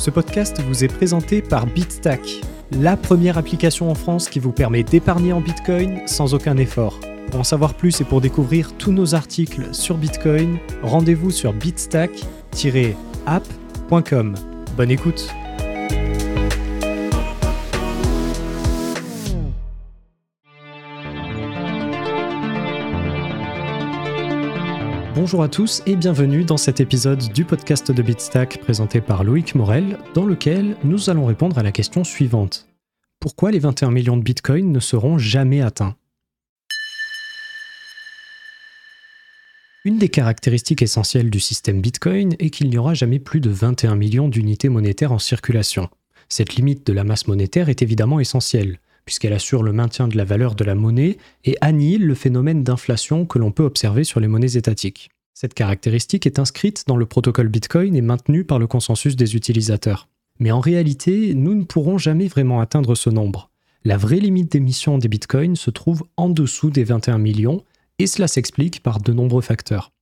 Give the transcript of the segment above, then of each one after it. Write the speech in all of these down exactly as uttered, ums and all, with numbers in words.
Ce podcast vous est présenté par BitStack, la première application en France qui vous permet d'épargner en Bitcoin sans aucun effort. Pour en savoir plus et pour découvrir tous nos articles sur Bitcoin, rendez-vous sur bitstack tiret app point com. Bonne écoute! Bonjour à tous et bienvenue dans cet épisode du podcast de BitStack présenté par Loïc Morel, dans lequel nous allons répondre à la question suivante. Pourquoi les vingt et un millions de Bitcoin ne seront jamais atteints ? Une des caractéristiques essentielles du système Bitcoin est qu'il n'y aura jamais plus de vingt et un millions d'unités monétaires en circulation. Cette limite de la masse monétaire est évidemment essentielle, puisqu'elle assure le maintien de la valeur de la monnaie et annihile le phénomène d'inflation que l'on peut observer sur les monnaies étatiques. Cette caractéristique est inscrite dans le protocole Bitcoin et maintenue par le consensus des utilisateurs. Mais en réalité, nous ne pourrons jamais vraiment atteindre ce nombre. La vraie limite d'émission des Bitcoins se trouve en dessous des vingt et un millions, et cela s'explique par de nombreux facteurs.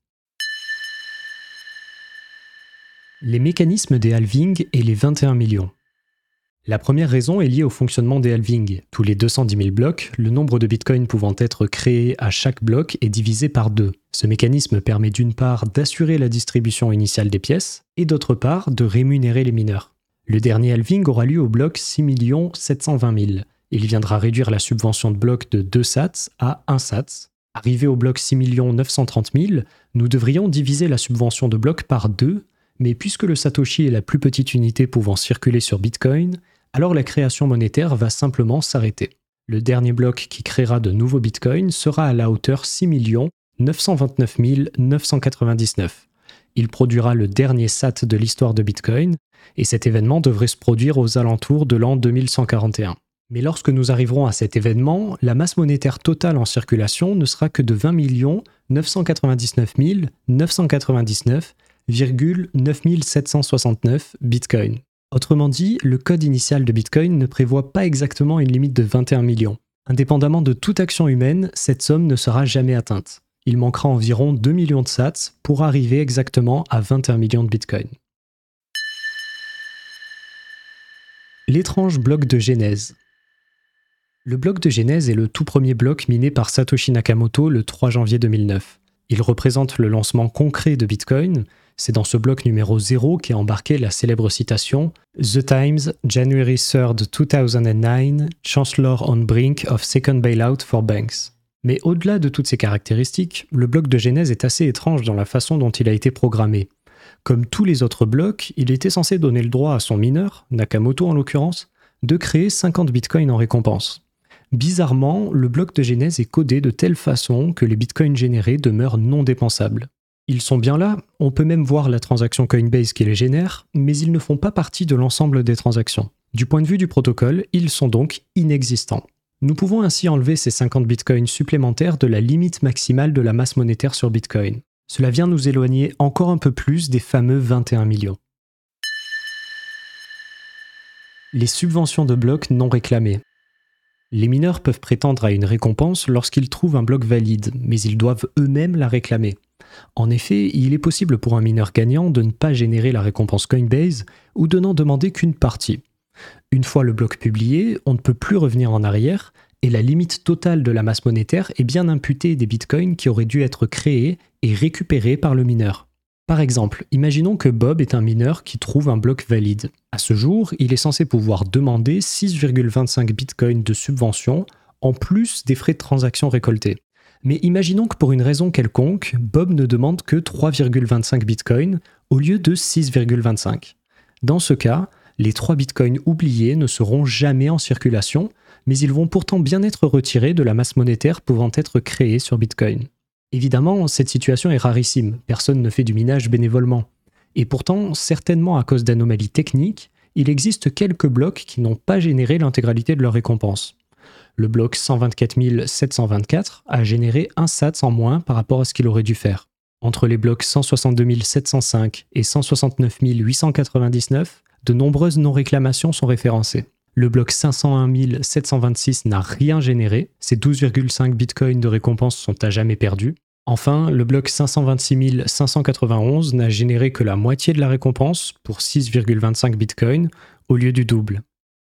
Les mécanismes des halvings et les vingt et un millions. La première raison est liée au fonctionnement des halvings. Tous les deux cent dix mille blocs, le nombre de bitcoins pouvant être créés à chaque bloc est divisé par deux. Ce mécanisme permet d'une part d'assurer la distribution initiale des pièces, et d'autre part de rémunérer les mineurs. Le dernier halving aura lieu au bloc six millions sept cent vingt mille. Il viendra réduire la subvention de bloc de deux sats à un sats. Arrivé au bloc six millions neuf cent trente mille, nous devrions diviser la subvention de bloc par deux, mais puisque le Satoshi est la plus petite unité pouvant circuler sur Bitcoin, alors la création monétaire va simplement s'arrêter. Le dernier bloc qui créera de nouveaux bitcoins sera à la hauteur six millions neuf cent vingt-neuf mille neuf cent quatre-vingt-dix-neuf. Il produira le dernier sat de l'histoire de Bitcoin, et cet événement devrait se produire aux alentours de l'an deux mille cent quarante et un. Mais lorsque nous arriverons à cet événement, la masse monétaire totale en circulation ne sera que de vingt millions neuf cent quatre-vingt-dix-neuf mille neuf cent quatre-vingt-dix-neuf virgule neuf mille sept cent soixante-neuf bitcoins. Autrement dit, le code initial de Bitcoin ne prévoit pas exactement une limite de vingt et un millions. Indépendamment de toute action humaine, cette somme ne sera jamais atteinte. Il manquera environ deux millions de sats pour arriver exactement à vingt et un millions de Bitcoin. L'étrange bloc de Genèse. Le bloc de Genèse est le tout premier bloc miné par Satoshi Nakamoto le trois janvier deux mille neuf. Il représente le lancement concret de Bitcoin. C'est dans ce bloc numéro zéro qu'est embarquée la célèbre citation « The Times, January third two thousand nine, Chancellor on brink of second bailout for banks ». Mais au-delà de toutes ces caractéristiques, le bloc de Genèse est assez étrange dans la façon dont il a été programmé. Comme tous les autres blocs, il était censé donner le droit à son mineur, Nakamoto en l'occurrence, de créer cinquante bitcoins en récompense. Bizarrement, le bloc de Genèse est codé de telle façon que les bitcoins générés demeurent non dépensables. Ils sont bien là, on peut même voir la transaction Coinbase qui les génère, mais ils ne font pas partie de l'ensemble des transactions. Du point de vue du protocole, ils sont donc inexistants. Nous pouvons ainsi enlever ces cinquante bitcoins supplémentaires de la limite maximale de la masse monétaire sur Bitcoin. Cela vient nous éloigner encore un peu plus des fameux vingt et un millions. Les subventions de blocs non réclamées. Les mineurs peuvent prétendre à une récompense lorsqu'ils trouvent un bloc valide, mais ils doivent eux-mêmes la réclamer. En effet, il est possible pour un mineur gagnant de ne pas générer la récompense Coinbase ou de n'en demander qu'une partie. Une fois le bloc publié, on ne peut plus revenir en arrière et la limite totale de la masse monétaire est bien imputée des bitcoins qui auraient dû être créés et récupérés par le mineur. Par exemple, imaginons que Bob est un mineur qui trouve un bloc valide. À ce jour, il est censé pouvoir demander six virgule vingt-cinq bitcoins de subvention en plus des frais de transaction récoltés. Mais imaginons que pour une raison quelconque, Bob ne demande que trois virgule vingt-cinq bitcoins au lieu de six virgule vingt-cinq. Dans ce cas, les trois bitcoins oubliés ne seront jamais en circulation, mais ils vont pourtant bien être retirés de la masse monétaire pouvant être créée sur Bitcoin. Évidemment, cette situation est rarissime, personne ne fait du minage bénévolement. Et pourtant, certainement à cause d'anomalies techniques, il existe quelques blocs qui n'ont pas généré l'intégralité de leur récompense. Le bloc cent vingt-quatre mille sept cent vingt-quatre a généré un sats en moins par rapport à ce qu'il aurait dû faire. Entre les blocs cent soixante-deux mille sept cent cinq et cent soixante-neuf mille huit cent quatre-vingt-dix-neuf, de nombreuses non-réclamations sont référencées. Le bloc cinq cent un mille sept cent vingt-six n'a rien généré, ses douze virgule cinq bitcoins de récompense sont à jamais perdus. Enfin, le bloc cinq cent vingt-six mille cinq cent quatre-vingt-onze n'a généré que la moitié de la récompense, pour six virgule vingt-cinq bitcoins, au lieu du double.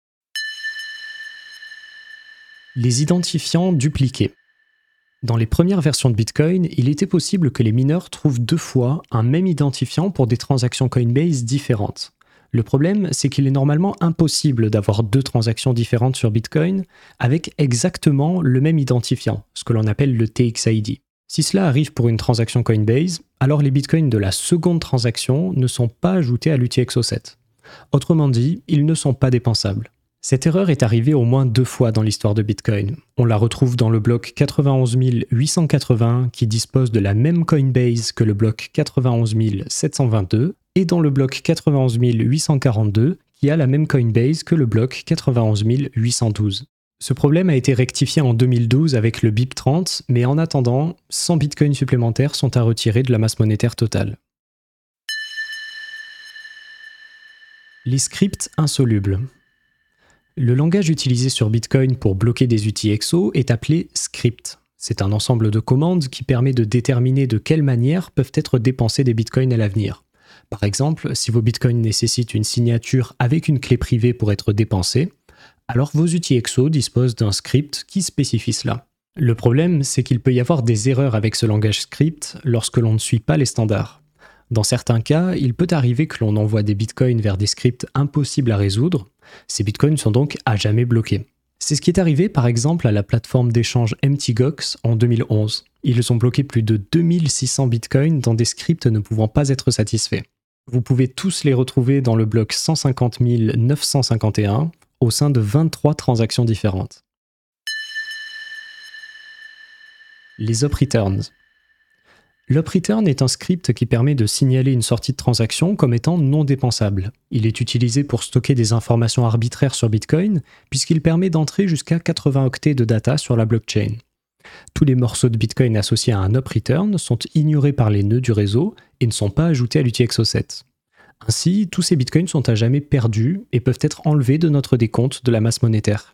Les identifiants dupliqués. Dans les premières versions de Bitcoin, il était possible que les mineurs trouvent deux fois un même identifiant pour des transactions Coinbase différentes. Le problème, c'est qu'il est normalement impossible d'avoir deux transactions différentes sur Bitcoin avec exactement le même identifiant, ce que l'on appelle le T X I D. Si cela arrive pour une transaction Coinbase, alors les bitcoins de la seconde transaction ne sont pas ajoutés à l'U T X O sept. Autrement dit, ils ne sont pas dépensables. Cette erreur est arrivée au moins deux fois dans l'histoire de Bitcoin. On la retrouve dans le bloc quatre-vingt-onze mille huit cent quatre-vingts qui dispose de la même Coinbase que le bloc quatre-vingt-onze mille sept cent vingt-deux et dans le bloc quatre-vingt-onze mille huit cent quarante-deux qui a la même Coinbase que le bloc quatre-vingt-onze mille huit cent douze. Ce problème a été rectifié en deux mille douze avec le B I P trente, mais en attendant, cent bitcoins supplémentaires sont à retirer de la masse monétaire totale. Les scripts insolubles. Le langage utilisé sur Bitcoin pour bloquer des U T X O est appelé script. C'est un ensemble de commandes qui permet de déterminer de quelle manière peuvent être dépensés des bitcoins à l'avenir. Par exemple, si vos bitcoins nécessitent une signature avec une clé privée pour être dépensés, alors vos U T X O disposent d'un script qui spécifie cela. Le problème, c'est qu'il peut y avoir des erreurs avec ce langage script lorsque l'on ne suit pas les standards. Dans certains cas, il peut arriver que l'on envoie des bitcoins vers des scripts impossibles à résoudre. Ces bitcoins sont donc à jamais bloqués. C'est ce qui est arrivé par exemple à la plateforme d'échange M T G O X en deux mille onze. Ils ont bloqué plus de deux mille six cents bitcoins dans des scripts ne pouvant pas être satisfaits. Vous pouvez tous les retrouver dans le bloc cent cinquante mille neuf cent cinquante et un au sein de vingt-trois transactions différentes. Les up returns. L'up return est un script qui permet de signaler une sortie de transaction comme étant non dépensable. Il est utilisé pour stocker des informations arbitraires sur Bitcoin, puisqu'il permet d'entrer jusqu'à quatre-vingts octets de data sur la blockchain. Tous les morceaux de Bitcoin associés à un up return sont ignorés par les nœuds du réseau et ne sont pas ajoutés à l'U T X O sept. Ainsi, tous ces Bitcoins sont à jamais perdus et peuvent être enlevés de notre décompte de la masse monétaire.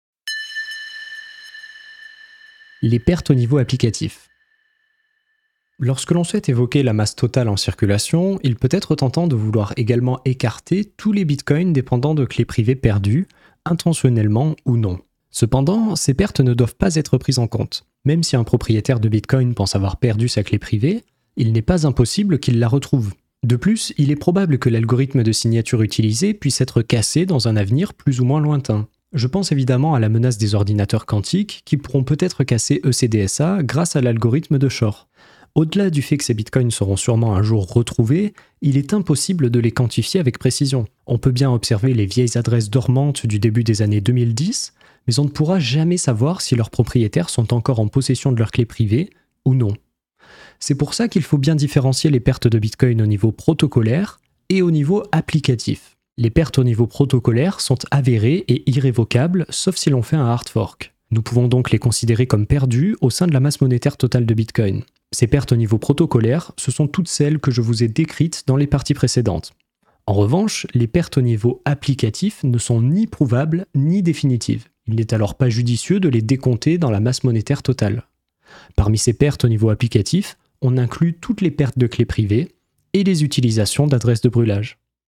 Les pertes au niveau applicatif. Lorsque l'on souhaite évoquer la masse totale en circulation, il peut être tentant de vouloir également écarter tous les bitcoins dépendant de clés privées perdues, intentionnellement ou non. Cependant, ces pertes ne doivent pas être prises en compte. Même si un propriétaire de bitcoin pense avoir perdu sa clé privée, il n'est pas impossible qu'il la retrouve. De plus, il est probable que l'algorithme de signature utilisé puisse être cassé dans un avenir plus ou moins lointain. Je pense évidemment à la menace des ordinateurs quantiques qui pourront peut-être casser E C D S A grâce à l'algorithme de Shor. Au-delà du fait que ces bitcoins seront sûrement un jour retrouvés, il est impossible de les quantifier avec précision. On peut bien observer les vieilles adresses dormantes du début des années deux mille dix, mais on ne pourra jamais savoir si leurs propriétaires sont encore en possession de leurs clés privées ou non. C'est pour ça qu'il faut bien différencier les pertes de bitcoin au niveau protocolaire et au niveau applicatif. Les pertes au niveau protocolaire sont avérées et irrévocables, sauf si l'on fait un hard fork. Nous pouvons donc les considérer comme perdues au sein de la masse monétaire totale de Bitcoin. Ces pertes au niveau protocolaire, ce sont toutes celles que je vous ai décrites dans les parties précédentes. En revanche, les pertes au niveau applicatif ne sont ni prouvables ni définitives. Il n'est alors pas judicieux de les décompter dans la masse monétaire totale. Parmi ces pertes au niveau applicatif, on inclut toutes les pertes de clés privées et les utilisations d'adresses de brûlage.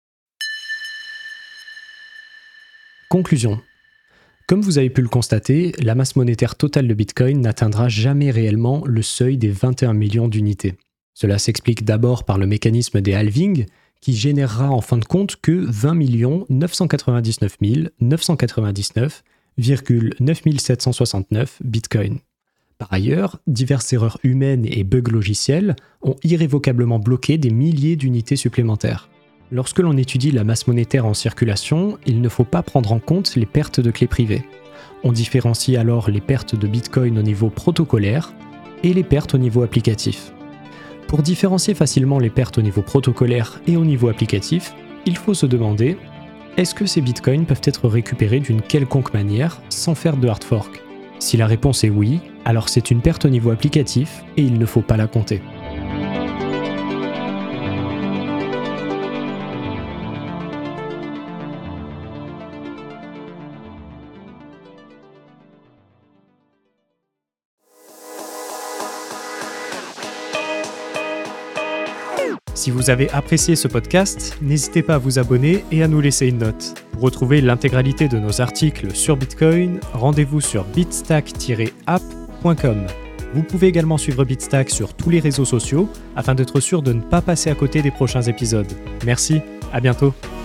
Conclusion. Comme vous avez pu le constater, la masse monétaire totale de Bitcoin n'atteindra jamais réellement le seuil des vingt et un millions d'unités. Cela s'explique d'abord par le mécanisme des halvings, qui générera en fin de compte que vingt millions neuf cent quatre-vingt-dix-neuf mille neuf cent quatre-vingt-dix-neuf virgule neuf mille sept cent soixante-neuf Bitcoin. Par ailleurs, diverses erreurs humaines et bugs logiciels ont irrévocablement bloqué des milliers d'unités supplémentaires. Lorsque l'on étudie la masse monétaire en circulation, il ne faut pas prendre en compte les pertes de clés privées. On différencie alors les pertes de Bitcoin au niveau protocolaire et les pertes au niveau applicatif. Pour différencier facilement les pertes au niveau protocolaire et au niveau applicatif, il faut se demander, est-ce que ces Bitcoins peuvent être récupérés d'une quelconque manière sans faire de hard fork ? Si la réponse est oui, alors c'est une perte au niveau applicatif et il ne faut pas la compter. Si vous avez apprécié ce podcast, n'hésitez pas à vous abonner et à nous laisser une note. Pour retrouver l'intégralité de nos articles sur Bitcoin, rendez-vous sur bitstack tiret app point com. Vous pouvez également suivre Bitstack sur tous les réseaux sociaux afin d'être sûr de ne pas passer à côté des prochains épisodes. Merci, à bientôt.